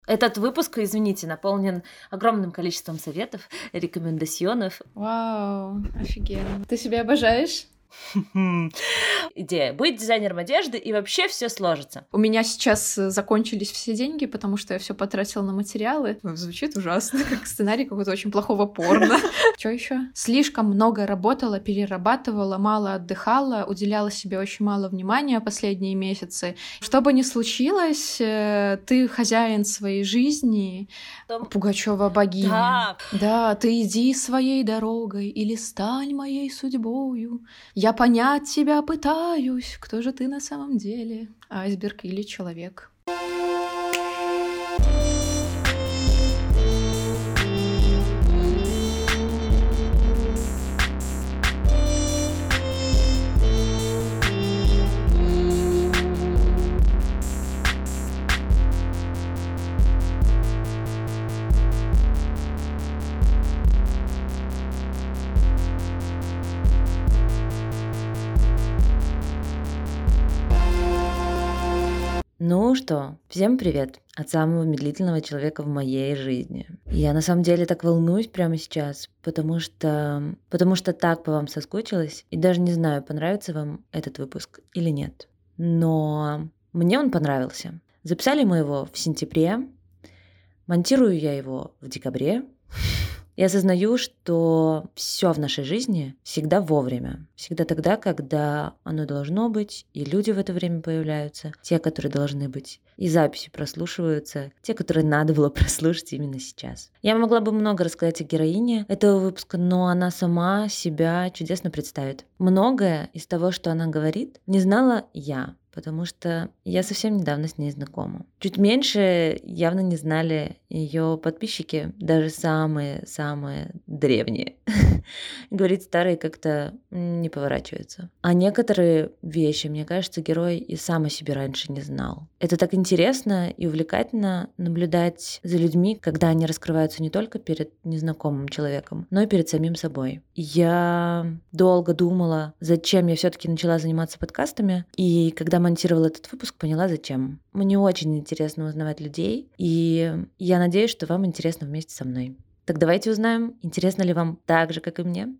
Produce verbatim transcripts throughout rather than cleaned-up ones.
Этот выпуск, извините, наполнен огромным количеством советов, рекомендасьонов. Вау, офигенно. Ты себя обожаешь? Идея. Быть дизайнером одежды, и вообще все сложится. У меня сейчас закончились все деньги, потому что я все потратила на материалы. Звучит ужасно, как сценарий какого-то очень плохого порно. Что еще? Слишком много работала, перерабатывала, мало отдыхала, уделяла себе очень мало внимания последние месяцы. Что бы ни случилось, ты хозяин своей жизни. Пугачёва богиня. Да. Да, ты иди своей дорогой или стань моей судьбою. Я понять тебя пытаюсь, кто же ты на самом деле, айсберг или человек. Ну что, всем привет от самого медлительного человека в моей жизни. Я на самом деле так волнуюсь прямо сейчас, потому что, потому что так по вам соскучилась, и даже не знаю, понравится вам этот выпуск или нет. Но мне он понравился. Записали мы его в сентябре, монтирую я его в декабре. Я осознаю, что все в нашей жизни всегда вовремя. Всегда тогда, когда оно должно быть, и люди в это время появляются, те, которые должны быть, и записи прослушиваются, те, которые надо было прослушать именно сейчас. Я могла бы много рассказать о героине этого выпуска, но она сама себя чудесно представит. Многое из того, что она говорит, не знала я, потому что я совсем недавно с ней знакома. Чуть меньше явно не знали ее подписчики, даже самые-самые древние. Говорить старые как-то не поворачивается. А некоторые вещи, мне кажется, герой и сам о себе раньше не знал. Это так интересно и увлекательно наблюдать за людьми, когда они раскрываются не только перед незнакомым человеком, но и перед самим собой. Я долго думала, зачем я все-таки начала заниматься подкастами, и когда монтировала этот выпуск, поняла, зачем. Мне очень интересно узнавать людей, и я надеюсь, что вам интересно вместе со мной. Так давайте узнаем, интересно ли вам так же, как и мне.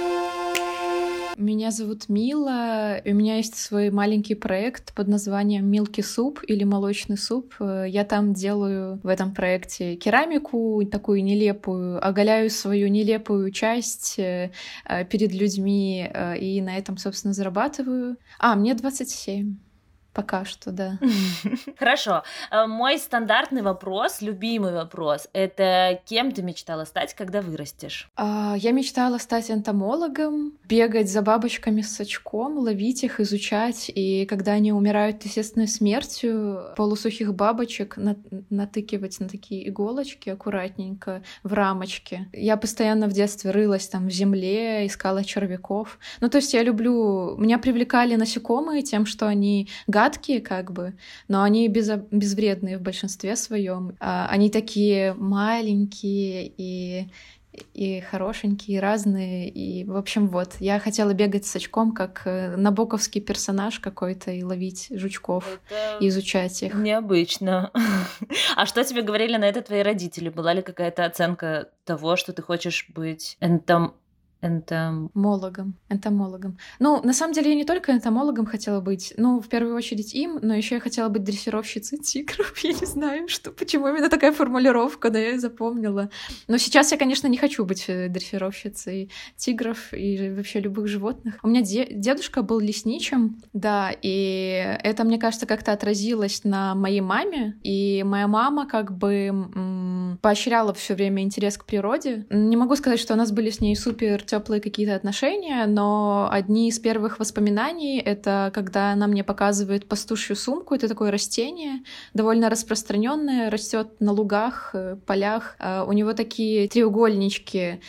Меня зовут Мила, и у меня есть свой маленький проект под названием «Милки суп» или «Молочный суп». Я там делаю в этом проекте керамику, такую нелепую, оголяю свою нелепую часть перед людьми, и на этом, собственно, зарабатываю. А, мне двадцать семь. Пока что, да. Хорошо. Мой стандартный вопрос, любимый вопрос, это кем ты мечтала стать, когда вырастешь? Я мечтала стать энтомологом, бегать за бабочками с сачком, ловить их, изучать, и когда они умирают естественной смертью, полусухих бабочек натыкивать на такие иголочки аккуратненько в рамочке. Я постоянно в детстве рылась там в земле, искала червяков. Ну, то есть я люблю... Меня привлекали насекомые тем, что они гадкие, как бы, но они безо... безвредные в большинстве своем. Они такие маленькие и... и хорошенькие, и разные, и, в общем, вот. Я хотела бегать с очком, как набоковский персонаж какой-то, и ловить жучков, это и изучать их. Необычно. А что тебе говорили на это твои родители? Была ли какая-то оценка того, что ты хочешь быть энтом... Энтомологом. Энтомологом. Ну, на самом деле, я не только энтомологом хотела быть, ну, в первую очередь им, но еще я хотела быть дрессировщицей тигров. Я не знаю, что, почему именно такая формулировка, но я ее запомнила. Но сейчас я, конечно, не хочу быть дрессировщицей тигров и вообще любых животных. У меня де- дедушка был лесничим, да, и это, мне кажется, как-то отразилось на моей маме, и моя мама как бы м- поощряла все время интерес к природе. Не могу сказать, что у нас были с ней супер теплые какие-то отношения, но одни из первых воспоминаний — это когда она мне показывает пастушью сумку. Это такое растение, довольно распространенное, растет на лугах, полях. У него такие треугольнички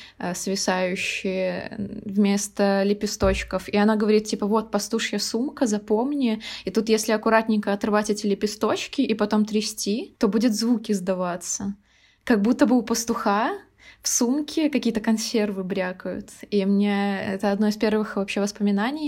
свисающие вместо лепесточков. И она говорит, типа, вот пастушья сумка, запомни. И тут, если аккуратненько отрывать эти лепесточки и потом трясти, то будет звуки сдаваться. Как будто бы у пастуха в сумке какие-то консервы брякают. И мне это одно из первых вообще воспоминаний.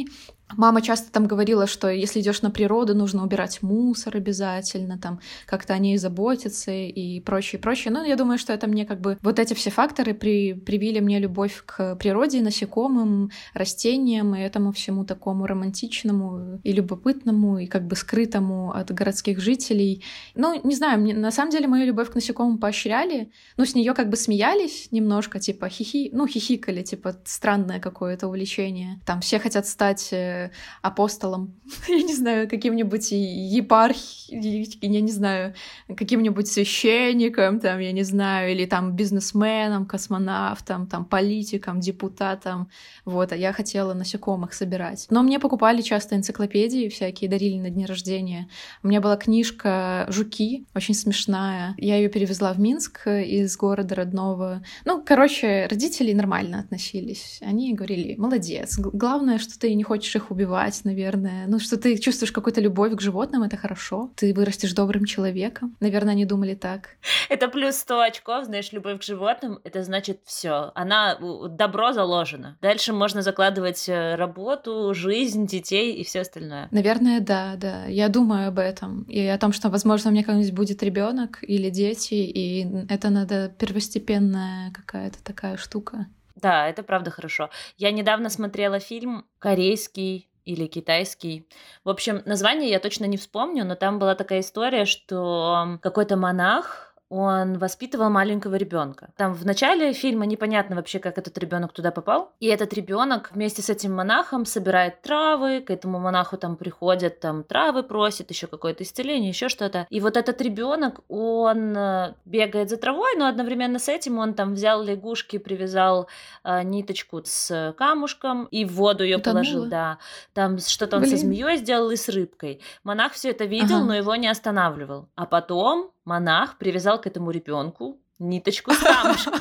Мама часто там говорила, что если идешь на природу, нужно убирать мусор обязательно, там как-то о ней заботиться и прочее, прочее. Но я думаю, что это мне как бы вот эти все факторы при, привили мне любовь к природе, насекомым, растениям и этому всему такому романтичному и любопытному и как бы скрытому от городских жителей. Ну, не знаю, мне, на самом деле мою любовь к насекомым поощряли, ну, с нее как бы смеялись немножко, типа хихи, ну, хихикали, типа странное какое-то увлечение. Там все хотят стать апостолом, я не знаю, каким-нибудь епархией, я не знаю, каким-нибудь священником, там, я не знаю, или там бизнесменом, космонавтом, там, политиком, депутатом, вот, а я хотела насекомых собирать. Но мне покупали часто энциклопедии всякие, дарили на дни рождения. У меня была книжка «Жуки», очень смешная, я ее перевезла в Минск из города родного. Ну, короче, родители нормально относились, они говорили: молодец, главное, что ты не хочешь их убивать, наверное. Ну, что ты чувствуешь какую-то любовь к животным, это хорошо. Ты вырастешь добрым человеком. Наверное, они думали так. Это плюс сто очков, знаешь, любовь к животным, это значит все. Она, добро заложено. Дальше можно закладывать работу, жизнь, детей и все остальное. Наверное, да, да. Я думаю об этом. И о том, что, возможно, у меня когда-нибудь будет ребенок или дети, и это надо первостепенная какая-то такая штука. Да, это правда хорошо. Я недавно смотрела фильм корейский или китайский. В общем, название я точно не вспомню, но там была такая история, что какой-то монах, он воспитывал маленького ребенка. Там в начале фильма непонятно вообще, как этот ребенок туда попал. И этот ребенок вместе с этим монахом собирает травы, к этому монаху там приходят, там травы просит, еще какое-то исцеление, еще что-то. И вот этот ребенок, он бегает за травой, но одновременно с этим он там взял лягушки, привязал а, ниточку с камушком и в воду ее положил, да. Там что-то он Блин. со змеей сделал и с рыбкой. Монах все это видел, ага. но его не останавливал. А потом монах привязал к этому ребенку ниточку с камушком.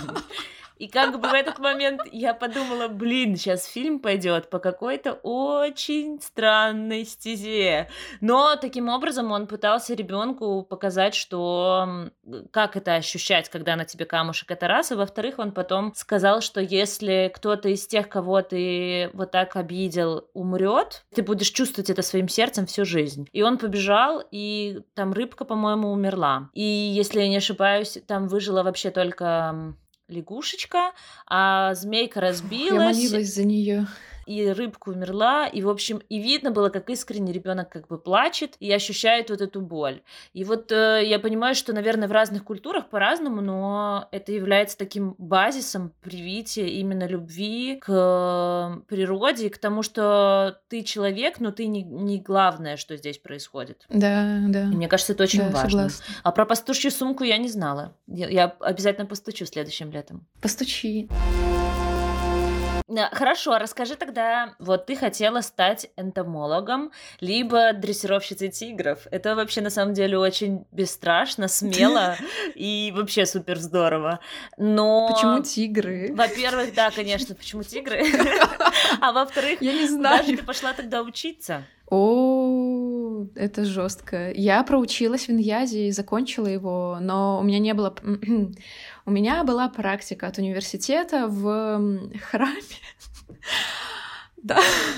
И как бы в этот момент я подумала, блин, сейчас фильм пойдет по какой-то очень странной стезе. Но таким образом он пытался ребенку показать, что как это ощущать, когда на тебе камушек, это раз. И во-вторых, он потом сказал, что если кто-то из тех, кого ты вот так обидел, умрет, ты будешь чувствовать это своим сердцем всю жизнь. И он побежал, и там рыбка, по-моему, умерла. И если я не ошибаюсь, там выжила вообще только лягушечка, а змейка разбилась. Я молилась за нее. И рыбка умерла, и, в общем, и видно было, как искренне ребенок как бы плачет и ощущает вот эту боль. И вот э, я понимаю, что, наверное, в разных культурах по-разному, но это является таким базисом привития именно любви к природе и к тому, что ты человек, но ты не, не главное, что здесь происходит. Да, да. И мне кажется, это очень да, важно. Согласна. А про пастушью сумку я не знала. Я, я обязательно постучу следующим летом. Постучи. Хорошо, расскажи тогда, вот ты хотела стать энтомологом, либо дрессировщицей тигров. Это вообще на самом деле очень бесстрашно, смело и вообще супер здорово. Но... Почему тигры? Во-первых, да, конечно, почему тигры? А во-вторых, я не знаю. Куда же ты пошла тогда учиться? О, это жестко. Я проучилась в Иньязе и закончила его, но у меня не было... У меня была практика от университета в храме. Да.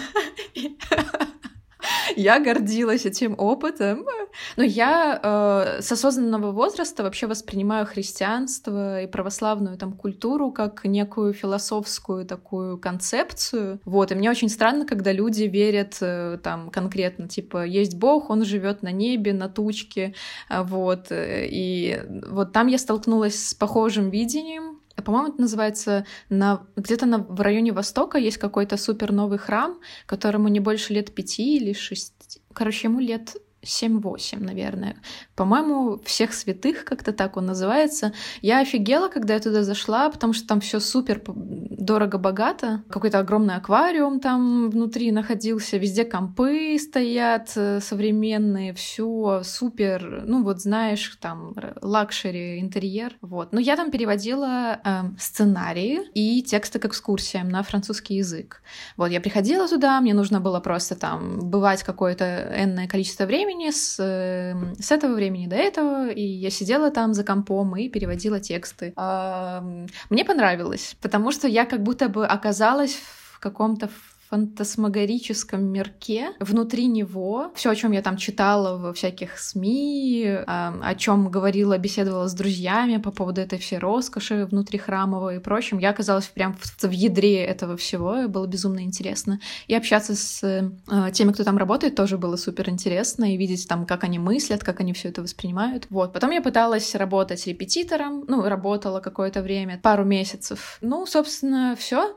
Я гордилась этим опытом. Но я э, с осознанного возраста вообще воспринимаю христианство и православную там культуру как некую философскую такую концепцию. Вот, и мне очень странно, когда люди верят э, там конкретно, типа, есть Бог, он живет на небе, на тучке, вот. И вот там я столкнулась с похожим видением. По-моему, это называется на... где-то на... в районе Востока есть какой-то супер новый храм, которому не больше лет пяти или шести. Короче, ему лет семь-восемь, наверное. По-моему, всех святых, как-то так он называется. Я офигела, когда я туда зашла, потому что там все супер дорого-богато. Какой-то огромный аквариум там внутри находился, везде компы стоят современные, все супер, ну вот знаешь, там лакшери интерьер. Вот. Но я там переводила э, сценарии и тексты к экскурсиям на французский язык. Вот, я приходила туда, мне нужно было просто там бывать какое-то энное количество времени, С, с этого времени до этого, и я сидела там за компом и переводила тексты. Мне понравилось, потому что я как будто бы оказалась в каком-то фантасмагорическом мирке. Внутри него все, о чем я там читала во всяких СМИ, о чем говорила, беседовала с друзьями по поводу этой всей роскоши внутрихрамовой и прочим, я оказалась прям в, в ядре этого всего, и было безумно интересно. И общаться с э, теми, кто там работает, тоже было супер интересно, и видеть там, как они мыслят, как они все это воспринимают. Вот. Потом я пыталась работать репетитором, ну, работала какое-то время, пару месяцев. Ну, собственно, все.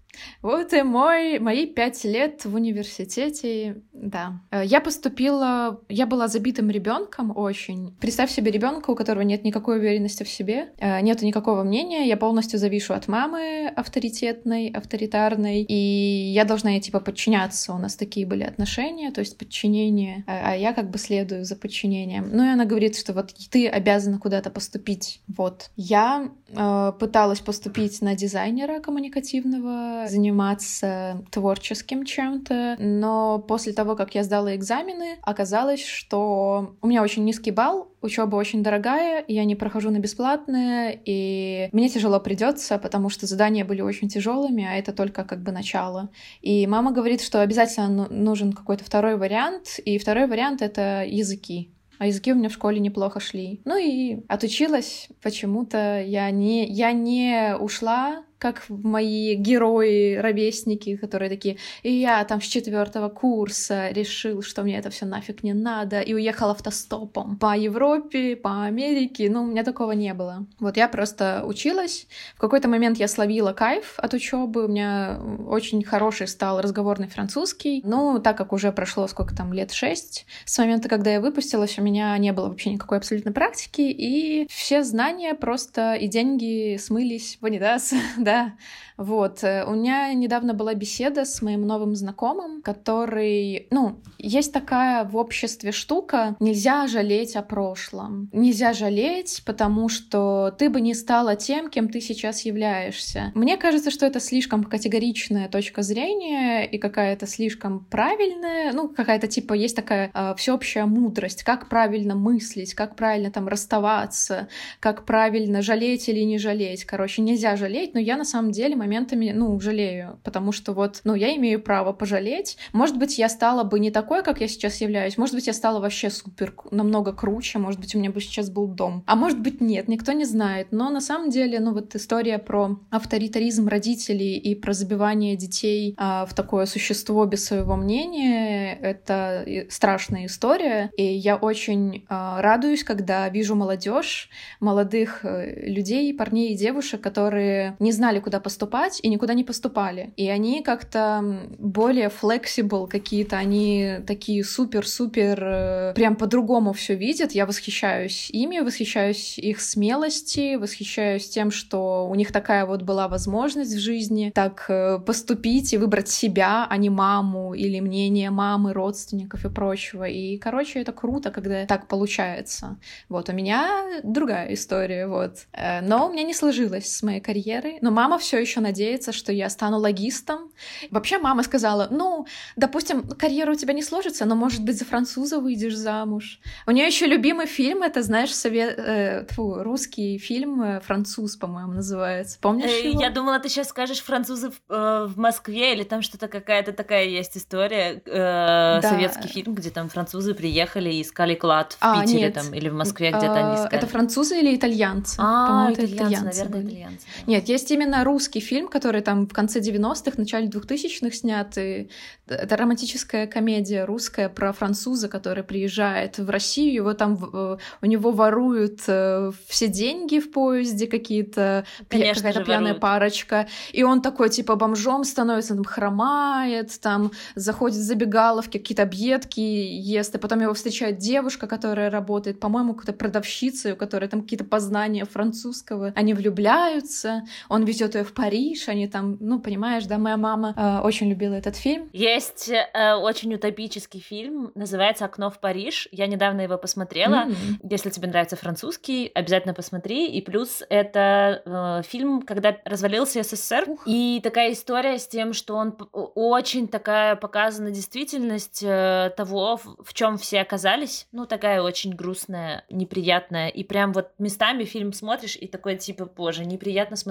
Вот и мой, мои пять лет в университете, да. Я поступила, я была забитым ребенком очень. Представь себе ребенка, у которого нет никакой уверенности в себе, нету никакого мнения, я полностью завишу от мамы авторитетной, авторитарной, и я должна ей типа подчиняться. У нас такие были отношения, то есть подчинение, а я как бы следую за подчинением. Ну и она говорит, что вот ты обязана куда-то поступить. Вот. Я э, пыталась поступить на дизайнера коммуникативного, заниматься творческим чем-то, но после того, как я сдала экзамены, оказалось, что у меня очень низкий балл, учеба очень дорогая, я не прохожу на бесплатное, и мне тяжело придется, потому что задания были очень тяжелыми, а это только как бы начало. И мама говорит, что обязательно нужен какой-то второй вариант, и второй вариант — это языки. А языки у меня в школе неплохо шли. Ну и отучилась почему-то. Я не, я не ушла, как мои герои-ровесники, которые такие: и я там с четвертого курса решил, что мне это все нафиг не надо, и уехал автостопом по Европе, по Америке. Ну, у меня такого не было. Вот я просто училась. В какой-то момент я словила кайф от учебы. У меня очень хороший стал разговорный французский. Ну, так как уже прошло сколько там, лет шесть, с момента, когда я выпустилась, у меня не было вообще никакой абсолютно практики, и все знания просто и деньги смылись в унитаз. Да, вот. У меня недавно была беседа с моим новым знакомым, который... Ну, есть такая в обществе штука: нельзя жалеть о прошлом. Нельзя жалеть, потому что ты бы не стала тем, кем ты сейчас являешься. Мне кажется, что это слишком категоричная точка зрения и какая-то слишком правильная, ну, какая-то типа есть такая э, всеобщая мудрость, как правильно мыслить, как правильно там расставаться, как правильно жалеть или не жалеть. Короче, нельзя жалеть, но я на самом деле моментами, ну, жалею, потому что вот, ну, я имею право пожалеть. Может быть, я стала бы не такой, как я сейчас являюсь, может быть, я стала вообще супер, намного круче, может быть, у меня бы сейчас был дом, а может быть, нет, никто не знает. Но на самом деле, ну, вот история про авторитаризм родителей и про забивание детей а, в такое существо без своего мнения — это страшная история, и я очень а, радуюсь, когда вижу молодежь, молодых э, людей, парней и девушек, которые не знали, куда поступать, и никуда не поступали. И они как-то более flexible какие-то, они такие супер-супер, э, прям по-другому все видят. Я восхищаюсь ими, восхищаюсь их смелости, восхищаюсь тем, что у них такая вот была возможность в жизни так э, поступить и выбрать себя, а не маму или мнение мамы, родственников и прочего. И, короче, это круто, когда так получается. Вот, у меня другая история, вот. Э, но у меня не сложилось с моей карьерой. Но мама все еще надеется, что я стану логистом. Вообще мама сказала: ну, допустим, карьера у тебя не сложится, но, может быть, за француза выйдешь замуж. У нее еще любимый фильм — это, знаешь, совет... э, тьфу, русский фильм э, «Француз», по-моему, называется. Помнишь Э, его? Я думала, ты сейчас скажешь «Французы в, э, в Москве», или там что-то какая-то такая есть история, э, Да. советский фильм, где там французы приехали и искали клад в А, Питере нет. там, или в Москве где-то они А, искали. Это французы или итальянцы? А, По-моему, это итальянцы, итальянцы наверное, были. итальянцы. да. Нет, есть именно русский фильм, который там в конце девяностых, начале двухтысячных снят. И это романтическая комедия русская про француза, который приезжает в Россию, его там в- у него воруют э, все деньги в поезде, какие-то пья- Конечно какая-то же, пьяная воруют. парочка, и он такой типа бомжом становится, там хромает, там заходит в забегаловки, какие-то объедки ест, и потом его встречает девушка, которая работает, по-моему, какой-то продавщицей, у которой там какие-то познания французского. Они влюбляются, он везет ее в Париж, они там, ну, понимаешь, да, моя мама э, очень любила этот фильм. Есть э, очень утопический фильм, называется «Окно в Париж». Я недавно его посмотрела. М. Если тебе нравится французский, обязательно посмотри. И плюс это э, фильм, когда развалился СССР. Ух. И такая история с тем, что он п- очень такая показана действительность э, того, в, в чем все оказались. Ну, такая очень грустная, неприятная. И прям вот местами фильм смотришь и такой типа, боже, неприятно смотреть. Ну, прям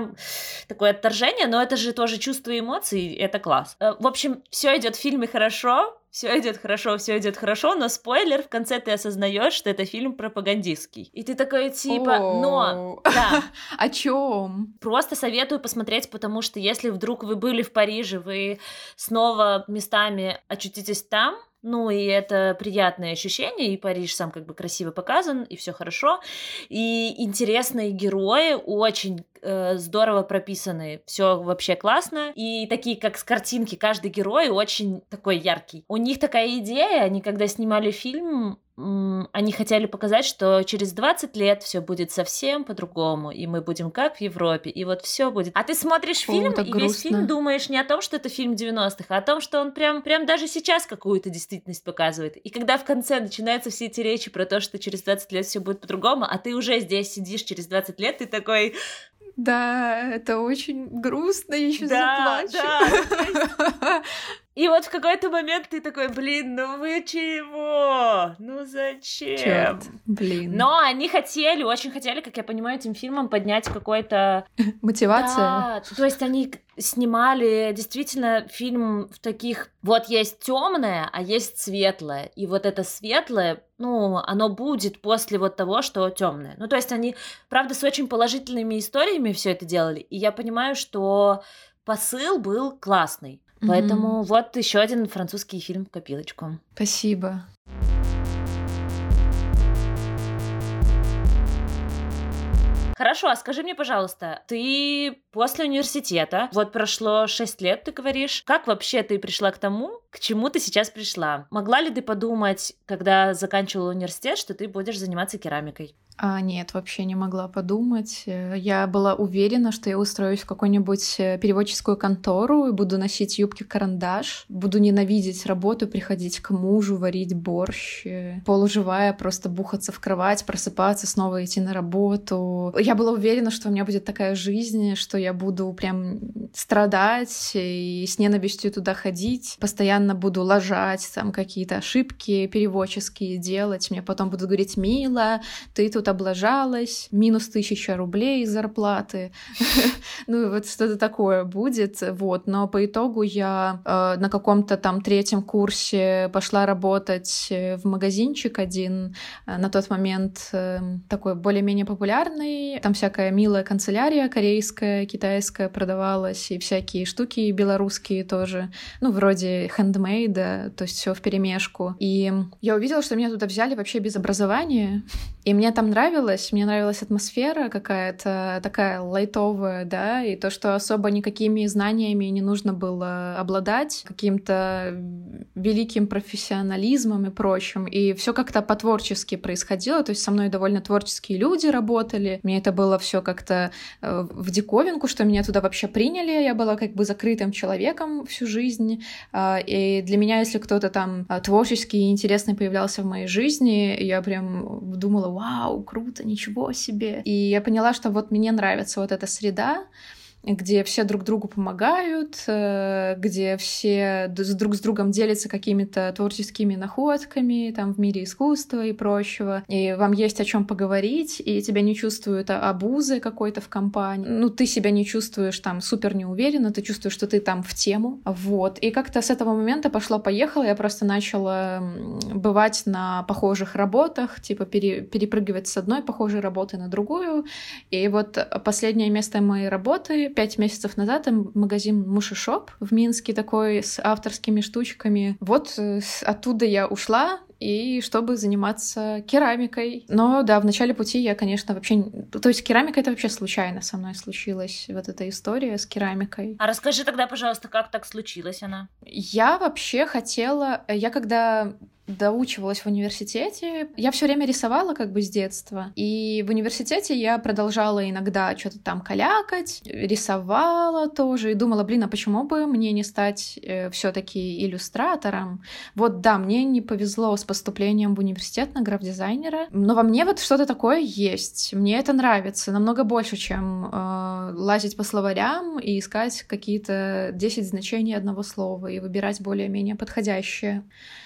прям такое отторжение, но это же тоже чувство эмоций, это класс. В общем, все идет в фильме хорошо, все идет хорошо, все идет хорошо, но спойлер, в конце ты осознаешь, что это фильм пропагандистский. И ты такой типа, но... Да. О чем? Просто советую посмотреть, потому что если вдруг вы были в Париже, вы снова местами очутитесь там, ну, и это приятное ощущение, и Париж сам как бы красиво показан, и все хорошо, и интересные герои, очень э, здорово прописаны, все вообще классно, и такие, как с картинки, каждый герой очень такой яркий. У них такая идея, они когда снимали фильм, они хотели показать, что через двадцать лет все будет совсем по-другому, и мы будем как в Европе, и вот все будет. А ты смотришь О, фильм, и грустно. весь фильм думаешь не о том, что это фильм девяностых, а о том, что он прям, прям даже сейчас какую-то действительность показывает. И когда в конце начинаются все эти речи про то, что через двадцать лет все будет по-другому, а ты уже здесь сидишь через двадцать лет, ты такой... Да, это очень грустно, я еще да, заплачу. Да, и вот в какой-то момент ты такой, блин, ну вы чего? Ну зачем? Чёрт, блин. Но они хотели, очень хотели, как я понимаю, этим фильмом поднять какой-то... Мотивация. Да, то есть они снимали действительно фильм в таких... Вот есть темное, а есть светлое. И вот это светлое, ну, оно будет после вот того, что темное. Ну, то есть они, правда, с очень положительными историями все это делали. И я понимаю, что посыл был классный. Поэтому mm-hmm. вот еще один французский фильм в копилочку. Спасибо. Хорошо, а скажи мне, пожалуйста, ты после университета, вот прошло шесть лет, ты говоришь, как вообще ты пришла к тому, к чему ты сейчас пришла? Могла ли ты подумать, когда заканчивала университет, что ты будешь заниматься керамикой? А, нет, вообще не могла подумать. Я была уверена, что я устроюсь в какую-нибудь переводческую контору и буду носить юбки-карандаш, буду ненавидеть работу, приходить к мужу, варить борщ, полуживая, просто бухаться в кровать, просыпаться, снова идти на работу. Я была уверена, что у меня будет такая жизнь, что я буду прям страдать и с ненавистью туда ходить, постоянно буду лажать, там какие-то ошибки переводческие делать, мне потом будут говорить: «Мила, ты тут облажалась, минус тысяча рублей из зарплаты». Ну, вот что-то такое будет, вот. Но по итогу я э, на каком-то там третьем курсе пошла работать в магазинчик один, э, на тот момент э, такой более-менее популярный. Там всякая милая канцелярия корейская, китайская продавалась, и всякие штуки белорусские тоже, ну, вроде хендмейда, то есть все вперемешку. И я увидела, что меня туда взяли вообще без образования, и мне там нравилось, мне нравилась атмосфера какая-то такая лайтовая, да, и то, что особо никакими знаниями не нужно было обладать, каким-то великим профессионализмом и прочим, и все как-то по-творчески происходило, то есть со мной довольно творческие люди работали, мне это было все как-то э, в диковинку, что меня туда вообще приняли, я была как бы закрытым человеком всю жизнь, э, и для меня, если кто-то там э, творческий и интересный появлялся в моей жизни, я прям думала: вау, круто, ничего себе. И я поняла, что вот мне нравится вот эта среда, где все друг другу помогают, где все друг с другом делятся какими-то творческими находками там в мире искусства и прочего, и вам есть о чем поговорить, и тебя не чувствуют обузы какой-то в компании. Ну, ты себя не чувствуешь там супер неуверенно, ты чувствуешь, что ты там в тему. Вот. И как-то с этого момента пошло-поехало, я просто начала бывать на похожих работах, типа пере, перепрыгивать с одной похожей работы на другую. И вот последнее место моей работы пять месяцев назад магазин Мушишоп в Минске такой с авторскими штучками. Вот оттуда я ушла, и чтобы заниматься керамикой. Но да, в начале пути я, конечно, вообще... То есть керамика — это вообще случайно со мной случилась, вот эта история с керамикой. А расскажи тогда, пожалуйста, как так случилась она? Я вообще хотела... Я когда доучивалась в университете, я все время рисовала как бы с детства. И в университете я продолжала иногда что-то там калякать, рисовала тоже, и думала: блин, а почему бы мне не стать э, все-таки иллюстратором? Вот да, мне не повезло с поступлением в университет на граф-дизайнера, но во мне вот что-то такое есть. Мне это нравится намного больше, чем э, лазить по словарям и искать какие-то десять значений одного слова и выбирать более-менее подходящее.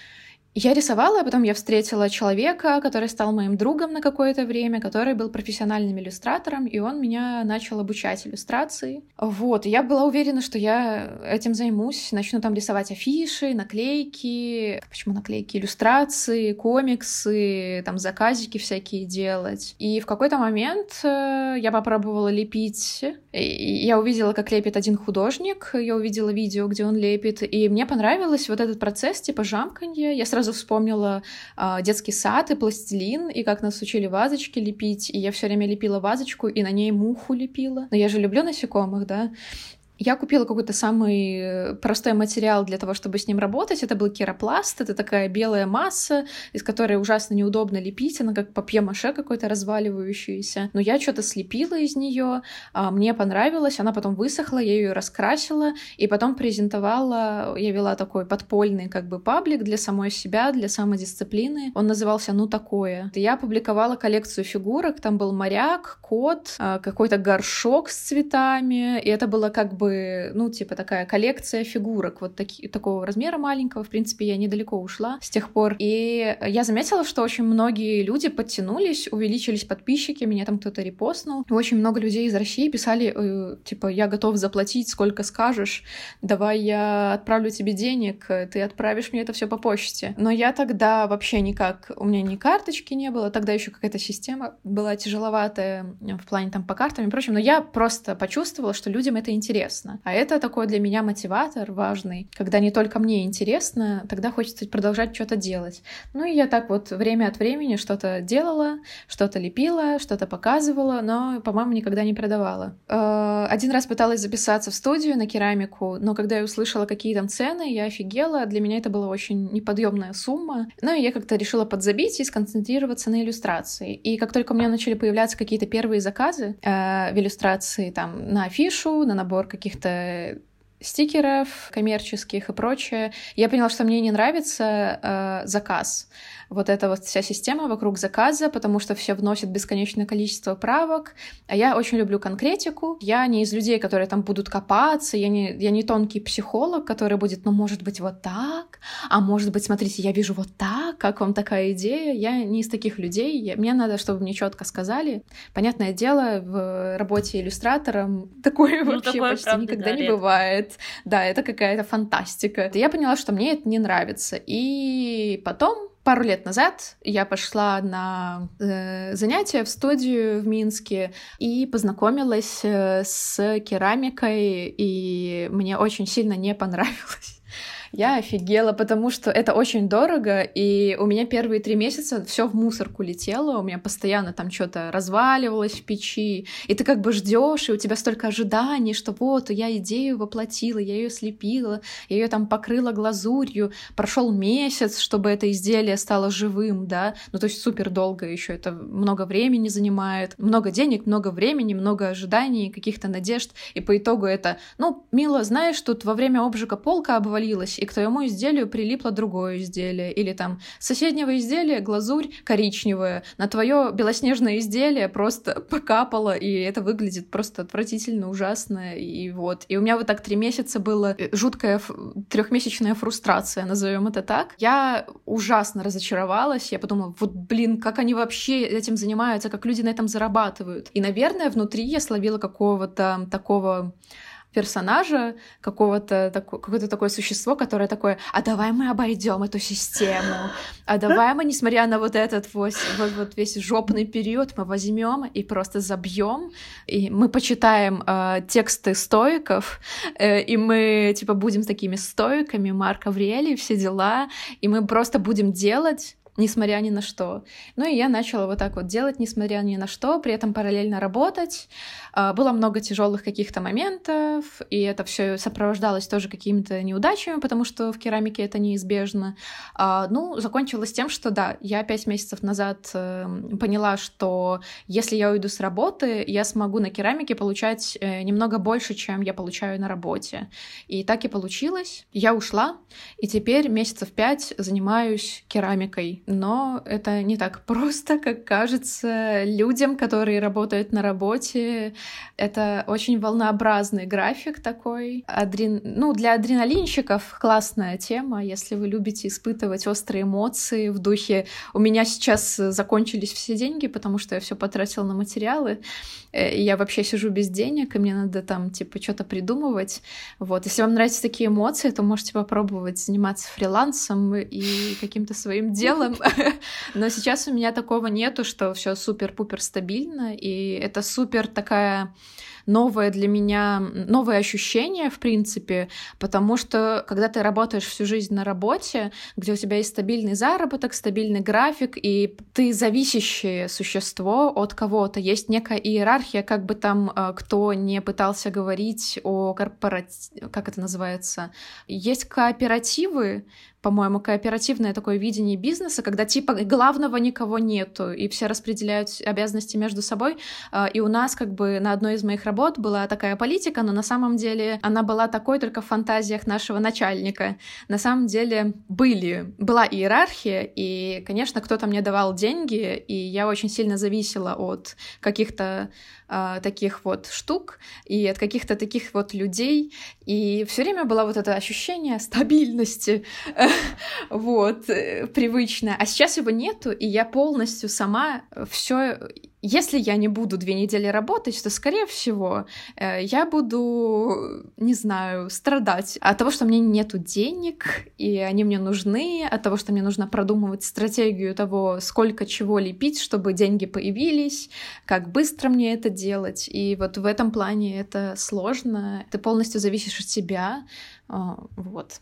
Я рисовала, а потом я встретила человека, который стал моим другом на какое-то время, который был профессиональным иллюстратором, и он меня начал обучать иллюстрации. Вот, и я была уверена, что я этим займусь, начну там рисовать афиши, наклейки, почему наклейки, иллюстрации, комиксы, там заказики всякие делать. И в какой-то момент я попробовала лепить. И я увидела, как лепит один художник, я увидела видео, где он лепит, и мне понравилось вот этот процесс, типа жамканье. Я сразу вспомнила э, детский сад и пластилин, и как нас учили вазочки лепить, и я все время лепила вазочку, и на ней муху лепила. Но я же люблю насекомых, да? Я купила какой-то самый простой материал для того, чтобы с ним работать. Это был керапласт, это такая белая масса, из которой ужасно неудобно лепить, она как папье-маше какой-то разваливающийся. Но я что-то слепила из нее, мне понравилось, она потом высохла, я ее раскрасила, и потом презентовала, я вела такой подпольный как бы паблик для самой себя, для самодисциплины. Он назывался «Ну такое». Я опубликовала коллекцию фигурок, там был моряк, кот, какой-то горшок с цветами, и это было как бы ну, типа такая коллекция фигурок вот таки, такого размера маленького. В принципе, я недалеко ушла с тех пор. И я заметила, что очень многие люди подтянулись, увеличились подписчики, меня там кто-то репостнул. Очень много людей из России писали, э, типа, я готов заплатить, сколько скажешь, давай я отправлю тебе денег, ты отправишь мне это все по почте. Но я тогда вообще никак, у меня ни карточки не было, тогда еще какая-то система была тяжеловатая в плане там по картам и прочим, но я просто почувствовала, что людям это интересно. А это такой для меня мотиватор важный. Когда не только мне интересно, тогда хочется продолжать что-то делать. Ну и я так вот время от времени что-то делала, что-то лепила, что-то показывала, но, по-моему, никогда не продавала. Один раз пыталась записаться в студию на керамику, но когда я услышала, какие там цены, я офигела. Для меня это была очень неподъемная сумма. Ну и я как-то решила подзабить и сконцентрироваться на иллюстрации. И как только у меня начали появляться какие-то первые заказы э, в иллюстрации, там, на афишу, на набор каких-то стикеров коммерческих и прочее, я поняла, что мне не нравится э, заказ. Вот эта вот вся система вокруг заказа, потому что все вносят бесконечное количество правок, а я очень люблю конкретику. Я не из людей, которые там будут копаться, я не, я не тонкий психолог, который будет, ну, может быть, вот так, а может быть, смотрите, я вижу вот так, как вам такая идея? Я не из таких людей, я, мне надо, чтобы мне четко сказали. Понятное дело, в работе иллюстратором такое ну, вообще такое, почти правда, никогда да, не редко. Бывает. Да, это какая-то фантастика. Я поняла, что мне это не нравится. И потом пару лет назад я пошла на э, занятия в студию в Минске и познакомилась э, с керамикой, и мне очень сильно не понравилось. Я офигела, потому что это очень дорого, и у меня первые три месяца все в мусорку летело, у меня постоянно там что-то разваливалось в печи, и ты как бы ждешь, и у тебя столько ожиданий, что вот, я идею воплотила, я ее слепила, я ее там покрыла глазурью, прошел месяц, чтобы это изделие стало живым, да, ну то есть супер долго еще, это много времени занимает, много денег, много времени, много ожиданий, каких-то надежд, и по итогу это, ну, мило, знаешь, тут во время обжига полка обвалилась, и к твоему изделию прилипло другое изделие. Или там с соседнего изделия глазурь коричневая, на твое белоснежное изделие просто покапало, и это выглядит просто отвратительно, ужасно. И вот. И у меня вот так три месяца была жуткая трехмесячная фрустрация, назовем это так. Я ужасно разочаровалась. Я подумала, вот блин, как они вообще этим занимаются, как люди на этом зарабатывают. И, наверное, внутри я словила какого-то такого персонажа, какого-то тако, какое-то такое существо, которое такое, а давай мы обойдем эту систему, а давай мы, несмотря на вот этот вот, вот, вот весь жопный период, мы возьмем и просто забьем, и мы почитаем э, тексты стоиков, э, и мы типа будем такими стоиками, Марк Аврелий, все дела, и мы просто будем делать, несмотря ни на что. Ну и я начала вот так вот делать, несмотря ни на что, при этом параллельно работать. Было много тяжелых каких-то моментов, и это все сопровождалось тоже какими-то неудачами, потому что в керамике это неизбежно. Ну, закончилось тем, что да, я пять месяцев назад поняла, что если я уйду с работы, я смогу на керамике получать немного больше, чем я получаю на работе. И так и получилось. Я ушла, и теперь месяцев пять занимаюсь керамикой. но это не так просто, как кажется людям, которые работают на работе. Это очень волнообразный график такой. Адрен... Ну, для адреналинщиков классная тема, если вы любите испытывать острые эмоции в духе «у меня сейчас закончились все деньги, потому что я все потратила на материалы, и я вообще сижу без денег, и мне надо там типа что-то придумывать». Вот. Если вам нравятся такие эмоции, то можете попробовать заниматься фрилансом и каким-то своим делом. Но сейчас у меня такого нету, что все супер-пупер стабильно, и это супер такая новое для меня, новое ощущение, в принципе, потому что когда ты работаешь всю жизнь на работе, где у тебя есть стабильный заработок, стабильный график, и ты зависящее существо от кого-то, есть некая иерархия, как бы там э, кто не пытался говорить о корпоративе, как это называется, есть кооперативы, по-моему, кооперативное такое видение бизнеса, когда типа главного никого нету, и все распределяют обязанности между собой. И у нас как бы на одной из моих работ была такая политика, но на самом деле она была такой только в фантазиях нашего начальника. На самом деле были, была иерархия, и, конечно, кто-то мне давал деньги, и я очень сильно зависела от каких-то э, таких вот штук и от каких-то таких вот людей, и все время было вот это ощущение стабильности, вот, привычное. А сейчас его нету, и я полностью сама все. Если я не буду две недели работать, то, скорее всего, я буду, не знаю, страдать от того, что мне нету денег, и они мне нужны, от того, что мне нужно продумывать стратегию того, сколько чего лепить, чтобы деньги появились, как быстро мне это делать. И вот в этом плане это сложно. Ты полностью зависишь от себя. Вот.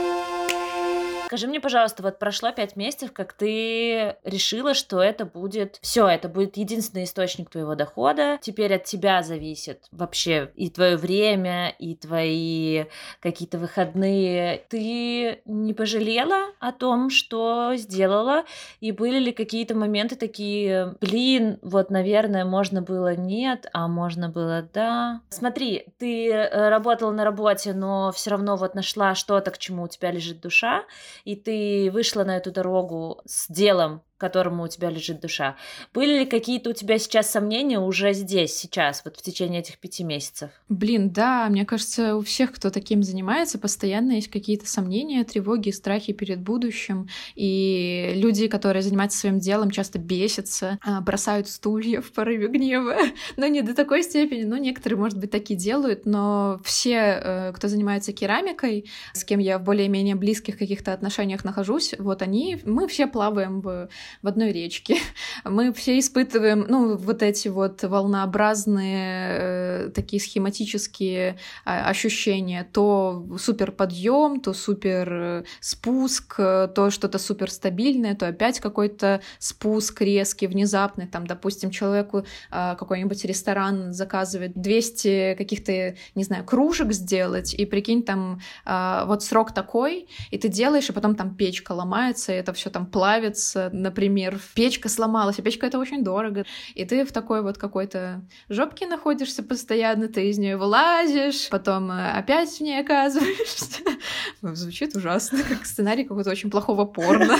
Скажи мне, пожалуйста, вот прошло пять месяцев, как ты решила, что это будет все, это будет единственный источник твоего дохода. Теперь от тебя зависит вообще и твое время, и твои какие-то выходные. Ты не пожалела о том, что сделала? И были ли какие-то моменты такие, блин, вот, наверное, можно было нет, а можно было да? Смотри, ты работала на работе, но все равно вот нашла что-то, к чему у тебя лежит душа, и ты вышла на эту дорогу с делом, которому у тебя лежит душа. Были ли какие-то у тебя сейчас сомнения уже здесь, сейчас, вот в течение этих пяти месяцев? Блин, да, мне кажется, у всех, кто таким занимается, постоянно есть какие-то сомнения, тревоги, страхи перед будущим, и люди, которые занимаются своим делом, часто бесятся, бросают стулья в порыве гнева, но не до такой степени, ну, некоторые, может быть, такие делают, но все, кто занимается керамикой, с кем я в более-менее близких каких-то отношениях нахожусь, вот они, мы все плаваем в в одной речке. Мы все испытываем, ну, вот эти вот волнообразные, э, такие схематические э, ощущения. То супер подъем, то супер спуск, то что-то супер стабильное, то опять какой-то спуск резкий, внезапный. Там, допустим, человеку э, какой-нибудь ресторан заказывает двести каких-то, не знаю, кружек сделать, и прикинь, там э, вот срок такой, и ты делаешь, и потом там печка ломается, и это все там плавится, например, печка сломалась, а печка — это очень дорого, и ты в такой вот какой-то жопке находишься постоянно, ты из нее вылазишь, потом опять в ней оказываешься. Звучит ужасно, как сценарий какого-то очень плохого порно.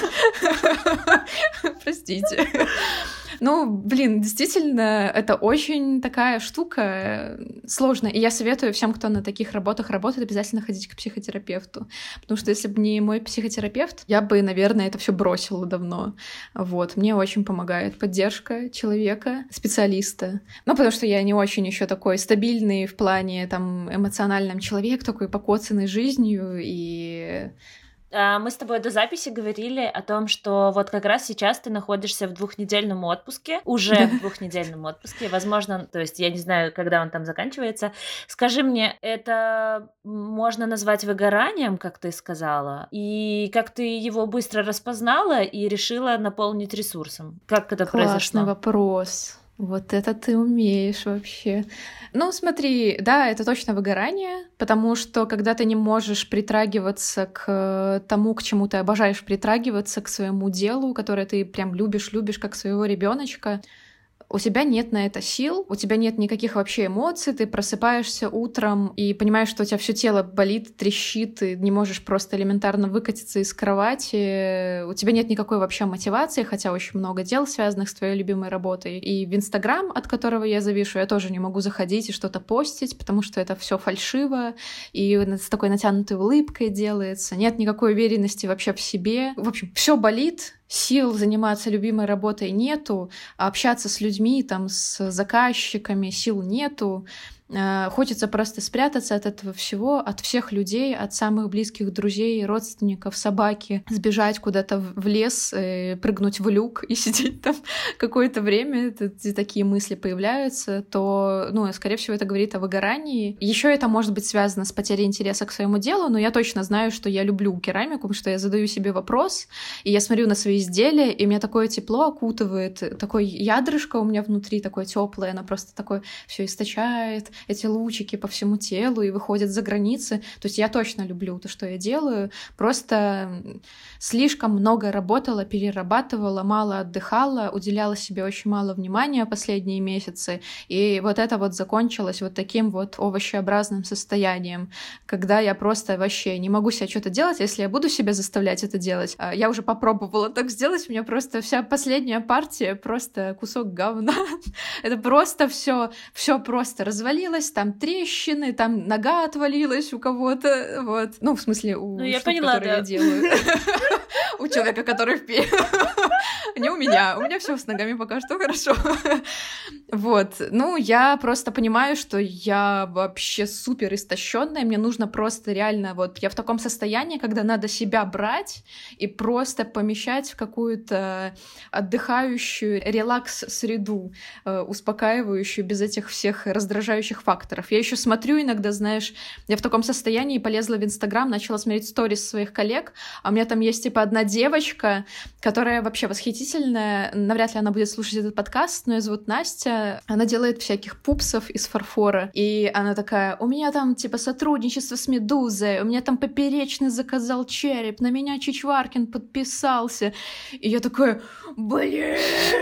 Простите. Ну, блин, действительно, это очень такая штука сложная. И я советую всем, кто на таких работах работает, обязательно ходить к психотерапевту. Потому что если бы не мой психотерапевт, я бы, наверное, это все бросила давно. Вот. Мне очень помогает поддержка человека, специалиста. Ну, потому что я не очень еще такой стабильный в плане там эмоциональном человек, такой покоцанный жизнью, и Мы с тобой до записи говорили о том, что вот как раз сейчас ты находишься в двухнедельном отпуске, уже в двухнедельном отпуске, возможно, то есть я не знаю, когда он там заканчивается. Скажи мне, это можно назвать выгоранием, как ты сказала, и как ты его быстро распознала и решила наполнить ресурсом? Как это произошло? Классный вопрос. Вот это ты умеешь вообще. Ну, смотри, да, это точно выгорание, потому что когда ты не можешь притрагиваться к тому, к чему ты обожаешь притрагиваться, к своему делу, которое ты прям любишь, любишь, как своего ребеночка, у тебя нет на это сил, у тебя нет никаких вообще эмоций, ты просыпаешься утром и понимаешь, что у тебя все тело болит, трещит, ты не можешь просто элементарно выкатиться из кровати, у тебя нет никакой вообще мотивации, хотя очень много дел, связанных с твоей любимой работой. И в Инстаграм, от которого я завишу, я тоже не могу заходить и что-то постить, потому что это все фальшиво, и с такой натянутой улыбкой делается, нет никакой уверенности вообще в себе. В общем, все болит, сил заниматься любимой работой нету, а общаться с людьми, там, с заказчиками сил нету. Хочется просто спрятаться от этого всего, от всех людей, от самых близких друзей, родственников, собаки, сбежать куда-то в лес, прыгнуть в люк и сидеть там какое-то время. Такие мысли появляются, то, ну, скорее всего, это говорит о выгорании. Еще это может быть связано с потерей интереса к своему делу, но я точно знаю, что я люблю керамику, потому что я задаю себе вопрос, и я смотрю на свои изделия, и меня такое тепло окутывает, такое ядрышко у меня внутри, такое теплое, оно просто такое все источает, эти лучики по всему телу и выходят за границы. То есть я точно люблю то, что я делаю, просто слишком много работала, перерабатывала, мало отдыхала, уделяла себе очень мало внимания последние месяцы, и вот это вот закончилось вот таким вот овощеобразным состоянием, когда я просто вообще не могу себе что-то делать, если я буду себя заставлять это делать. Я уже попробовала так сделать, у меня просто вся последняя партия просто кусок говна. Это просто все, все просто развалилось, там трещины, там нога отвалилась у кого-то, вот. Ну, в смысле, у ну, штук, которые я делаю. У человека, который в пе... Не у меня. У меня все с ногами пока что хорошо. Вот. Ну, я просто понимаю, что я вообще супер истощенная. Мне нужно просто реально... Вот я в таком состоянии, когда надо себя брать и просто помещать в какую-то отдыхающую релакс-среду, успокаивающую, без этих всех раздражающих факторов. Я еще смотрю иногда, знаешь, я в таком состоянии полезла в Инстаграм, начала смотреть сторис своих коллег, а у меня там есть типа одна девочка, которая вообще восхитительная, навряд ли она будет слушать этот подкаст, но ее зовут Настя, она делает всяких пупсов из фарфора, и она такая: у меня там типа сотрудничество с Медузой, у меня там Поперечный заказал череп, на меня Чичваркин подписался, и я такая: блин,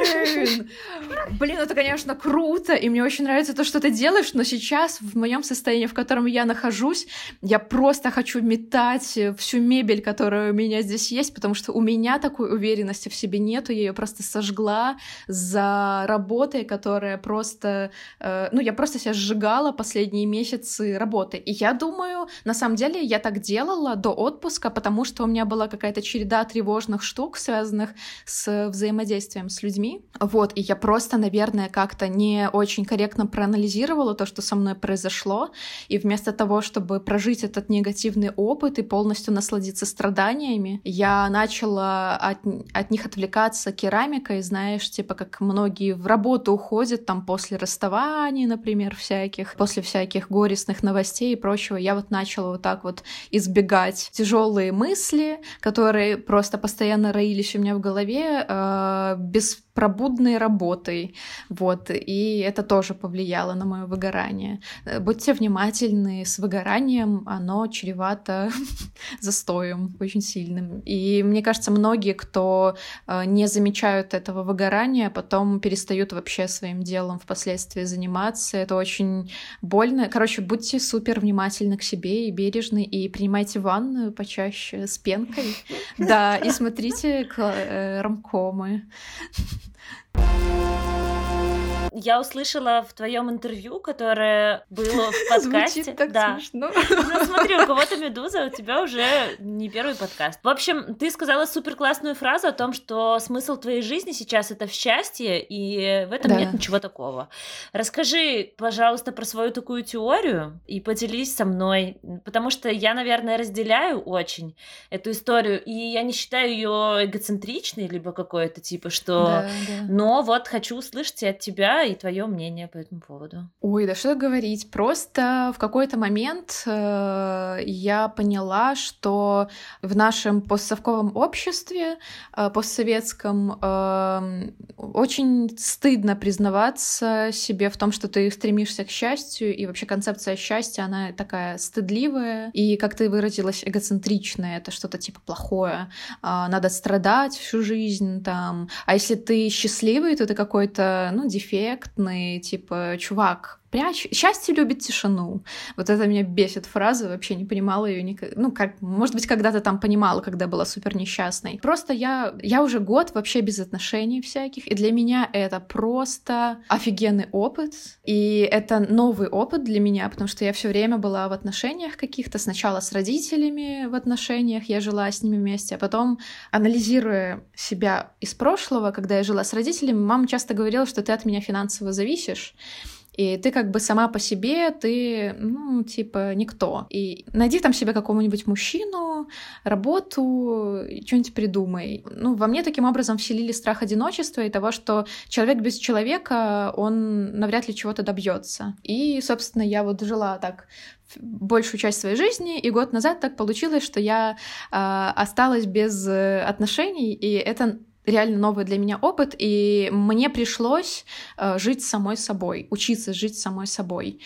блин, это, конечно, круто, и мне очень нравится то, что ты делаешь, но сейчас в моем состоянии, в котором я нахожусь, я просто хочу метать всю мебель, которая у меня здесь есть, потому что у меня такой уверенности в себе нету, я ее просто сожгла за работой, которая просто... Э, ну, я просто себя сжигала последние месяцы работы. И я думаю, на самом деле, я так делала до отпуска, потому что у меня была какая-то череда тревожных штук, связанных с взаимодействием с людьми. Вот, и я просто, наверное, как-то не очень корректно проанализировала то, что со мной произошло, и вместо того, чтобы прожить этот негативный опыт и полностью насладиться страданиями, я начала от, от них отвлекаться керамикой, знаешь, типа как многие в работу уходят там после расставаний, например, всяких, после всяких горестных новостей и прочего. Я вот начала вот так вот избегать тяжелые мысли, которые просто постоянно роились у меня в голове, э, беспробудной работой, вот, и это тоже повлияло на мое выгорание. Будьте внимательны, с выгоранием оно чревато застоем очень сильным. И мне кажется, многие, кто не замечают этого выгорания, потом перестают вообще своим делом впоследствии заниматься. Это очень больно. Короче, будьте супер внимательны к себе и бережны, и принимайте ванную почаще с пенкой. Да, и смотрите ромкомы. Я услышала в твоем интервью, которое было в подкасте. Звучит так да. смешно. Ну, смотри, у кого-то Медуза, у тебя уже не первый подкаст. В общем, ты сказала супер классную фразу о том, что смысл твоей жизни сейчас — это в счастье, и в этом Да. нет ничего такого. Расскажи, пожалуйста, про свою такую теорию и поделись со мной, потому что я, наверное, разделяю очень эту историю, и я не считаю ее эгоцентричной, либо какой-то типа, что... Да, да. Но вот хочу услышать и от тебя, и твое мнение по этому поводу. Ой, да что говорить. Просто в какой-то момент э, я поняла, что в нашем постсовковом обществе, э, постсоветском, э, очень стыдно признаваться себе в том, что ты стремишься к счастью, и вообще концепция счастья, она такая стыдливая, и, как ты выразилась, эгоцентричная, это что-то типа плохое, э, надо страдать всю жизнь, там. А если ты счастливый, то ты какой-то, ну, дефектный, типа, чувак, прячь. Счастье любит тишину. Вот это меня бесит фраза, вообще не понимала ее никогда. Ну, как, может быть, когда-то там понимала, когда была супер несчастной. Просто я, я уже год вообще без отношений всяких, и для меня это просто офигенный опыт, и это новый опыт для меня, потому что я все время была в отношениях каких-то, сначала с родителями в отношениях, я жила с ними вместе, а потом, анализируя себя из прошлого, когда я жила с родителями, мама часто говорила, что ты от меня финансово зависишь, и ты как бы сама по себе, ты, ну, типа, никто. И найди там себе какого-нибудь мужчину, работу, что-нибудь придумай. Ну, во мне таким образом вселили страх одиночества и того, что человек без человека, он навряд ли чего-то добьется. И, собственно, я вот жила так большую часть своей жизни, и год назад так получилось, что я э, осталась без отношений, и это реально новый для меня опыт, и мне пришлось э, жить самой собой, учиться жить самой собой.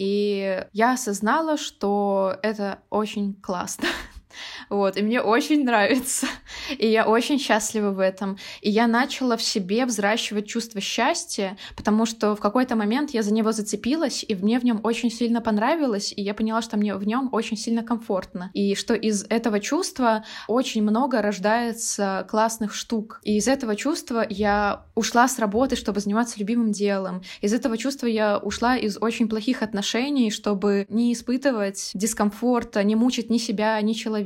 И я осознала, что это очень классно. Вот, и мне очень нравится, и я очень счастлива в этом. И я начала в себе взращивать чувство счастья, потому что в какой-то момент я за него зацепилась, и мне в нем очень сильно понравилось, и я поняла, что мне в нем очень сильно комфортно, и что из этого чувства очень много рождается классных штук. И из этого чувства я ушла с работы, чтобы заниматься любимым делом. Из этого чувства я ушла из очень плохих отношений, чтобы не испытывать дискомфорта, не мучить ни себя, ни человека.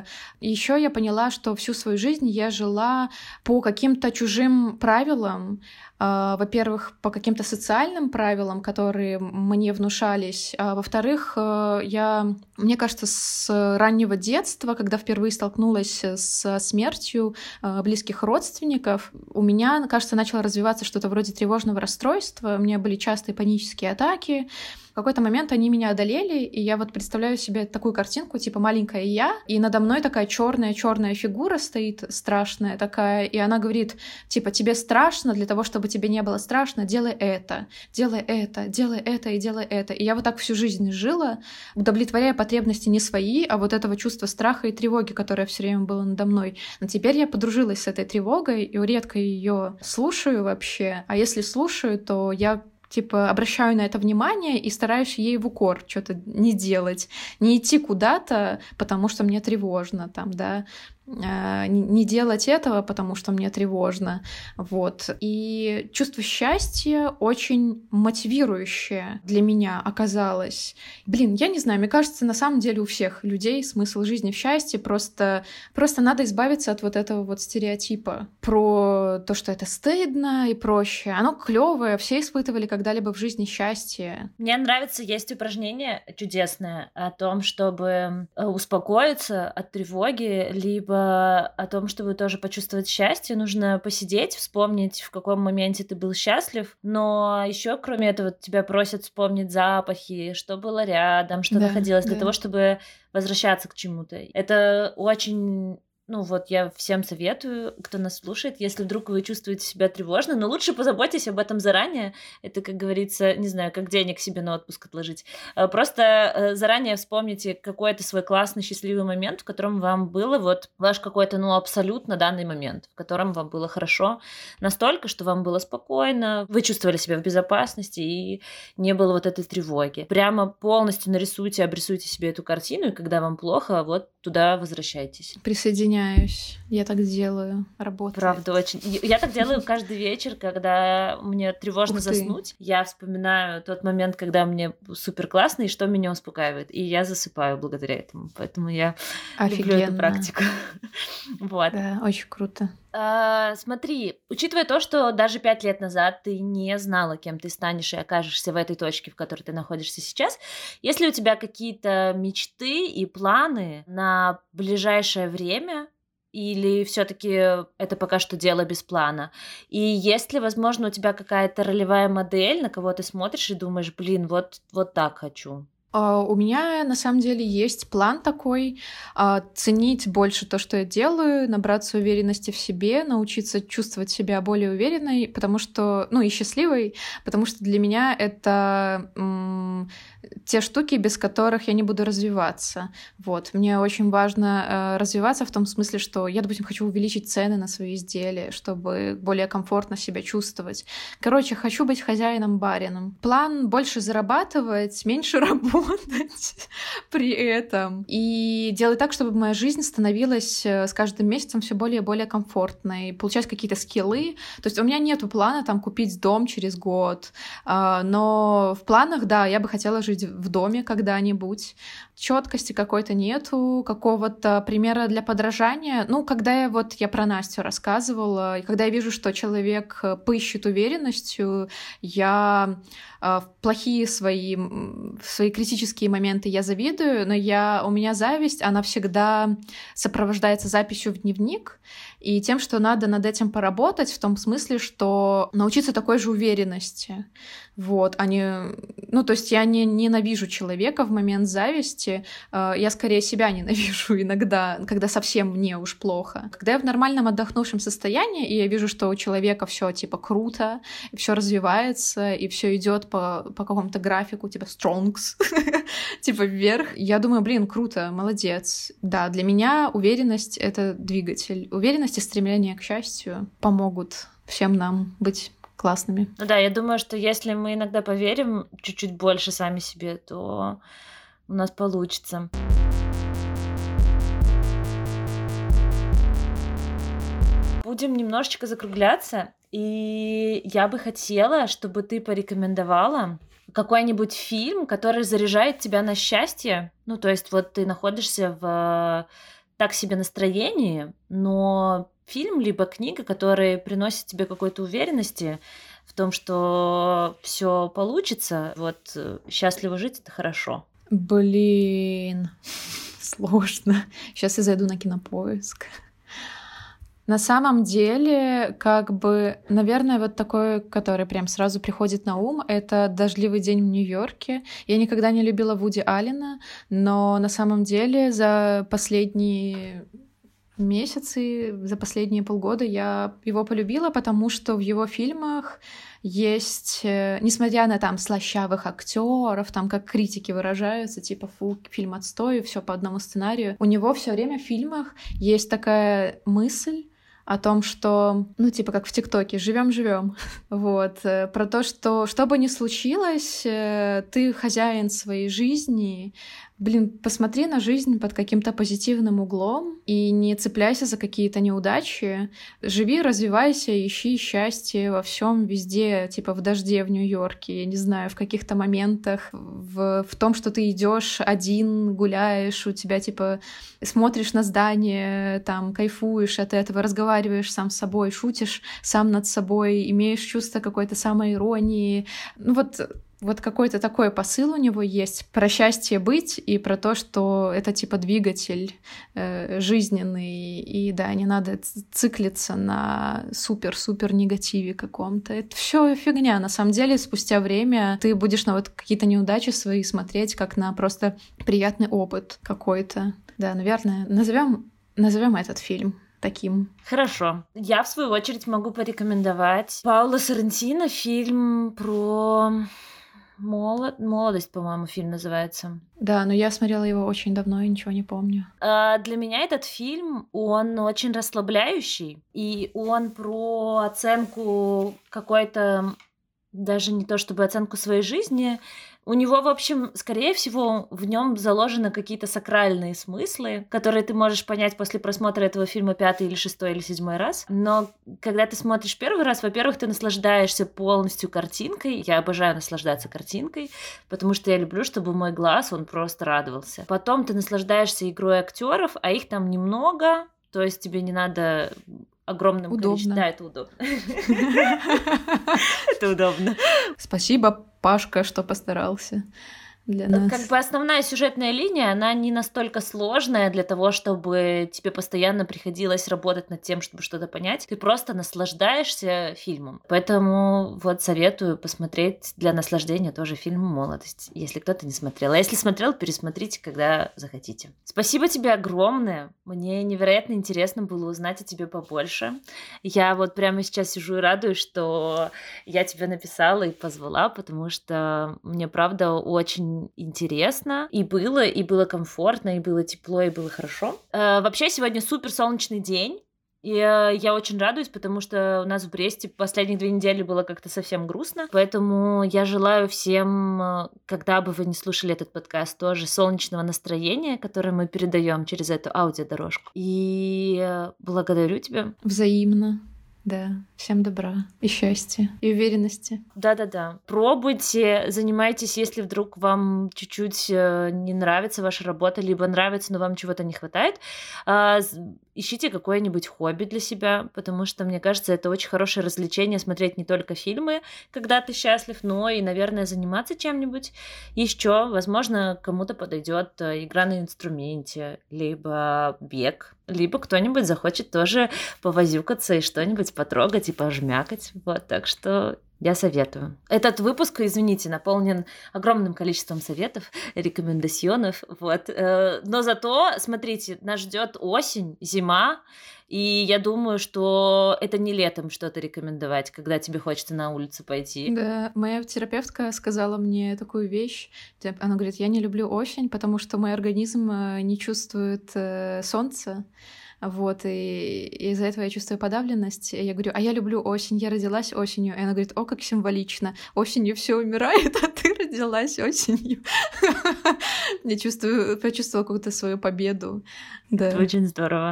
Еще я поняла, что всю свою жизнь я жила по каким-то чужим правилам, Uh, во-первых, по каким-то социальным правилам, которые мне внушались, а во-вторых, uh, я, мне кажется, с раннего детства, когда впервые столкнулась со смертью uh, близких родственников, у меня, кажется, начало развиваться что-то вроде тревожного расстройства, у меня были частые панические атаки. В какой-то момент они меня одолели, и я вот представляю себе такую картинку, типа маленькая я, и надо мной такая черная-черная фигура стоит, страшная такая, и она говорит, типа, тебе страшно, для того, чтобы тебе не было страшно, делай это, делай это, делай это и делай это. И я вот так всю жизнь жила, удовлетворяя потребности не свои, а вот этого чувства страха и тревоги, которое все время было надо мной. Но теперь я подружилась с этой тревогой, и редко ее слушаю вообще, а если слушаю, то я типа обращаю на это внимание и стараюсь ей в укор что-то не делать, не идти куда-то, потому что мне тревожно, там, да, не делать этого, потому что мне тревожно, вот. И чувство счастья очень мотивирующее для меня оказалось. Блин, я не знаю, мне кажется, на самом деле у всех людей смысл жизни в счастье, просто, просто надо избавиться от вот этого вот стереотипа про то, что это стыдно и проще. Оно клевое, все испытывали когда-либо в жизни счастье. Мне нравится, есть упражнение чудесное о том, чтобы успокоиться от тревоги, либо о том, чтобы тоже почувствовать счастье, нужно посидеть, вспомнить, в каком моменте ты был счастлив, но еще, кроме этого, тебя просят вспомнить запахи, что было рядом, что Да, находилось, да. для того, чтобы возвращаться к чему-то. Это очень... Ну вот, я всем советую, кто нас слушает, если вдруг вы чувствуете себя тревожно, но лучше позаботьтесь об этом заранее. Это, как говорится, не знаю, как денег себе на отпуск отложить. Просто заранее вспомните какой-то свой классный, счастливый момент, в котором вам было вот ваш какой-то, ну, абсолютно данный момент, в котором вам было хорошо настолько, что вам было спокойно, вы чувствовали себя в безопасности и не было вот этой тревоги. Прямо полностью нарисуйте, обрисуйте себе эту картину, и когда вам плохо, вот туда возвращайтесь. Присоединяюсь. Я так делаю. Работает. Правда, очень. Я так делаю каждый вечер, когда мне тревожно заснуть. Я вспоминаю тот момент, когда мне супер классно, и что меня успокаивает. И я засыпаю благодаря этому. Поэтому я Офигенно. люблю эту практику. Вот. Да, очень круто. А, смотри, учитывая то, что даже пять лет назад ты не знала, кем ты станешь и окажешься в этой точке, в которой ты находишься сейчас, есть ли у тебя какие-то мечты и планы на ближайшее время, или все-таки это пока что дело без плана? И есть ли, возможно, у тебя какая-то ролевая модель, на кого ты смотришь и думаешь, блин, вот, вот так хочу? Uh, у меня на самом деле есть план такой, uh, ценить больше то, что я делаю, набраться уверенности в себе, научиться чувствовать себя более уверенной, потому что, ну и счастливой, потому что для меня это м- те штуки, без которых я не буду развиваться. Вот. Мне очень важно uh, развиваться в том смысле, что я, допустим, хочу увеличить цены на свои изделия, чтобы более комфортно себя чувствовать. Короче, хочу быть хозяином-барином. План больше зарабатывать, меньше работать при этом. И делать так, чтобы моя жизнь становилась с каждым месяцем все более и более комфортной, получать какие-то скиллы. То есть у меня нету плана там купить дом через год, но в планах, да, я бы хотела жить в доме когда-нибудь. Четкости какой-то нету, какого-то примера для подражания. Ну, когда я вот, я про Настю рассказывала, и когда я вижу, что человек пыщет уверенностью, я в плохие свои, в свои критические моменты я завидую, но я, у меня зависть, она всегда сопровождается записью в дневник и тем, что надо над этим поработать, в том смысле, что научиться такой же уверенности. Вот, а не... Ну, то есть я не ненавижу человека в момент зависти, я скорее себя ненавижу иногда, когда совсем мне уж плохо. Когда я в нормальном отдохнувшем состоянии, и я вижу, что у человека все типа круто, и все развивается, и все идет по, по какому-то графику, типа strongs, типа вверх, я думаю, блин, круто, молодец. Да, для меня уверенность — это двигатель. Уверенность и стремление к счастью помогут всем нам быть классными. Ну да, я думаю, что если мы иногда поверим чуть-чуть больше сами себе, то у нас получится. Будем немножечко закругляться, и я бы хотела, чтобы ты порекомендовала какой-нибудь фильм, который заряжает тебя на счастье. Ну, то есть вот ты находишься в так себе настроении, но фильм либо книга, которые приносят тебе какой-то уверенности в том, что все получится. Вот счастливо жить — это хорошо. Блин, сложно. Сейчас я зайду на Кинопоиск. На самом деле, как бы, наверное, вот такой, который прям сразу приходит на ум, это «Дождливый день в Нью-Йорке». Я никогда не любила Вуди Аллена, но на самом деле за последние месяцы, за последние полгода я его полюбила, потому что в его фильмах есть, несмотря на там слащавых актеров, там как критики выражаются, типа фу, фильм отстой, все по одному сценарию, у него все время в фильмах есть такая мысль о том, что, ну, типа, как в ТикТоке, живем-живем. Вот. Про то, что что бы ни случилось, ты хозяин своей жизни. Блин, посмотри на жизнь под каким-то позитивным углом и не цепляйся за какие-то неудачи. Живи, развивайся, ищи счастье во всем, везде, типа в дожде в Нью-Йорке, я не знаю, в каких-то моментах, в, в том, что ты идешь один, гуляешь, у тебя, типа, смотришь на здание, там, кайфуешь от этого, разговариваешь сам с собой, шутишь сам над собой, имеешь чувство какой-то самоиронии. Ну вот... Вот какой-то такой посыл у него есть про счастье быть и про то, что это типа двигатель э, жизненный, и да, не надо циклиться на супер-супер негативе каком-то. Это все фигня. На самом деле, спустя время ты будешь на вот какие-то неудачи свои смотреть как на просто приятный опыт какой-то. Да, наверное, назовем назовем этот фильм таким. Хорошо. Я, в свою очередь, могу порекомендовать Паоло Соррентино фильм про... Молод... «Молодость», по-моему, фильм называется. Да, но я смотрела его очень давно и ничего не помню. А для меня этот фильм, он очень расслабляющий, и он про оценку какой-то, даже не то чтобы оценку своей жизни. У него, в общем, скорее всего, в нем заложены какие-то сакральные смыслы, которые ты можешь понять после просмотра этого фильма пятый или шестой или седьмой раз. Но когда ты смотришь первый раз, во-первых, ты наслаждаешься полностью картинкой. Я обожаю наслаждаться картинкой, потому что я люблю, чтобы мой глаз, он просто радовался. Потом ты наслаждаешься игрой актеров, а их там немного, то есть тебе не надо... огромным количеством. Да, это удобно. Это удобно. Спасибо, Пашка, что постарался. для нас. Как бы основная сюжетная линия, она не настолько сложная для того, чтобы тебе постоянно приходилось работать над тем, чтобы что-то понять. Ты просто наслаждаешься фильмом. Поэтому вот советую посмотреть для наслаждения тоже фильм «Молодость», если кто-то не смотрел. А если смотрел, пересмотрите, когда захотите. Спасибо тебе огромное. Мне невероятно интересно было узнать о тебе побольше. Я вот прямо сейчас сижу и радуюсь, что я тебя написала и позвала, потому что мне, правда, очень интересно и было, и было комфортно, и было тепло, и было хорошо. Э, вообще сегодня супер солнечный день, и э, я очень радуюсь, потому что у нас в Бресте последние две недели было как-то совсем грустно, поэтому я желаю всем, э, когда бы вы не слушали этот подкаст, тоже солнечного настроения, которое мы передаем через эту аудиодорожку. И э, благодарю тебя. Взаимно. Да, всем добра и счастья, и уверенности. Да-да-да. Пробуйте, занимайтесь, если вдруг вам чуть-чуть э, не нравится ваша работа, либо нравится, но вам чего-то не хватает. Э, ищите какое-нибудь хобби для себя, потому что, мне кажется, это очень хорошее развлечение смотреть не только фильмы, когда ты счастлив, но и, наверное, заниматься чем-нибудь еще. Возможно, кому-то подойдет игра на инструменте, либо бег, либо кто-нибудь захочет тоже повозюкаться и что-нибудь потрогать и пожмякать. Вот, так что я советую. Этот выпуск, извините, наполнен огромным количеством советов, рекомендационов. Вот. Но зато, смотрите, нас ждет осень, зима, и я думаю, что это не летом что-то рекомендовать, когда тебе хочется на улицу пойти. Да, моя терапевтка сказала мне такую вещь. Она говорит, я не люблю осень, потому что мой организм не чувствует солнца. Вот, и из-за этого я чувствую подавленность. И я говорю, а я люблю осень, я родилась осенью. И она говорит, о, как символично. Осенью все умирает, а ты родилась осенью. Я чувствую, почувствовала какую-то свою победу. Да. Это очень здорово.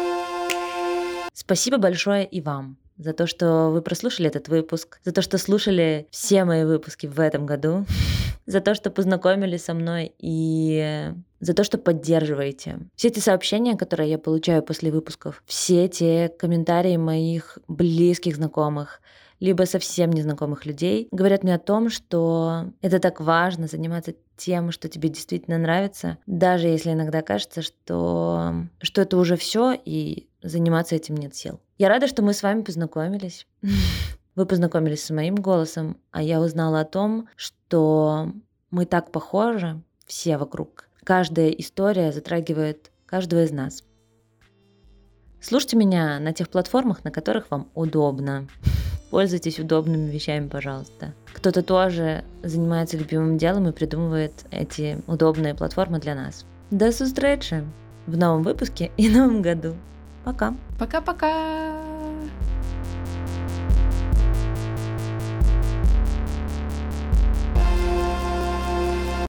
Спасибо большое и вам за то, что вы прослушали этот выпуск, за то, что слушали все мои выпуски в этом году, за то, что познакомились со мной и за то, что поддерживаете. Все эти сообщения, которые я получаю после выпусков, все те комментарии моих близких знакомых, либо совсем незнакомых людей, говорят мне о том, что это так важно заниматься тем, что тебе действительно нравится, даже если иногда кажется, что, что это уже все и заниматься этим нет сил. Я рада, что мы с вами познакомились. Вы познакомились с моим голосом, а я узнала о том, что мы так похожи, все вокруг. Каждая история затрагивает каждого из нас. Слушайте меня на тех платформах, на которых вам удобно. Пользуйтесь удобными вещами, пожалуйста. Кто-то тоже занимается любимым делом и придумывает эти удобные платформы для нас. До встречи в новом выпуске и новом году. Пока. Пока-пока.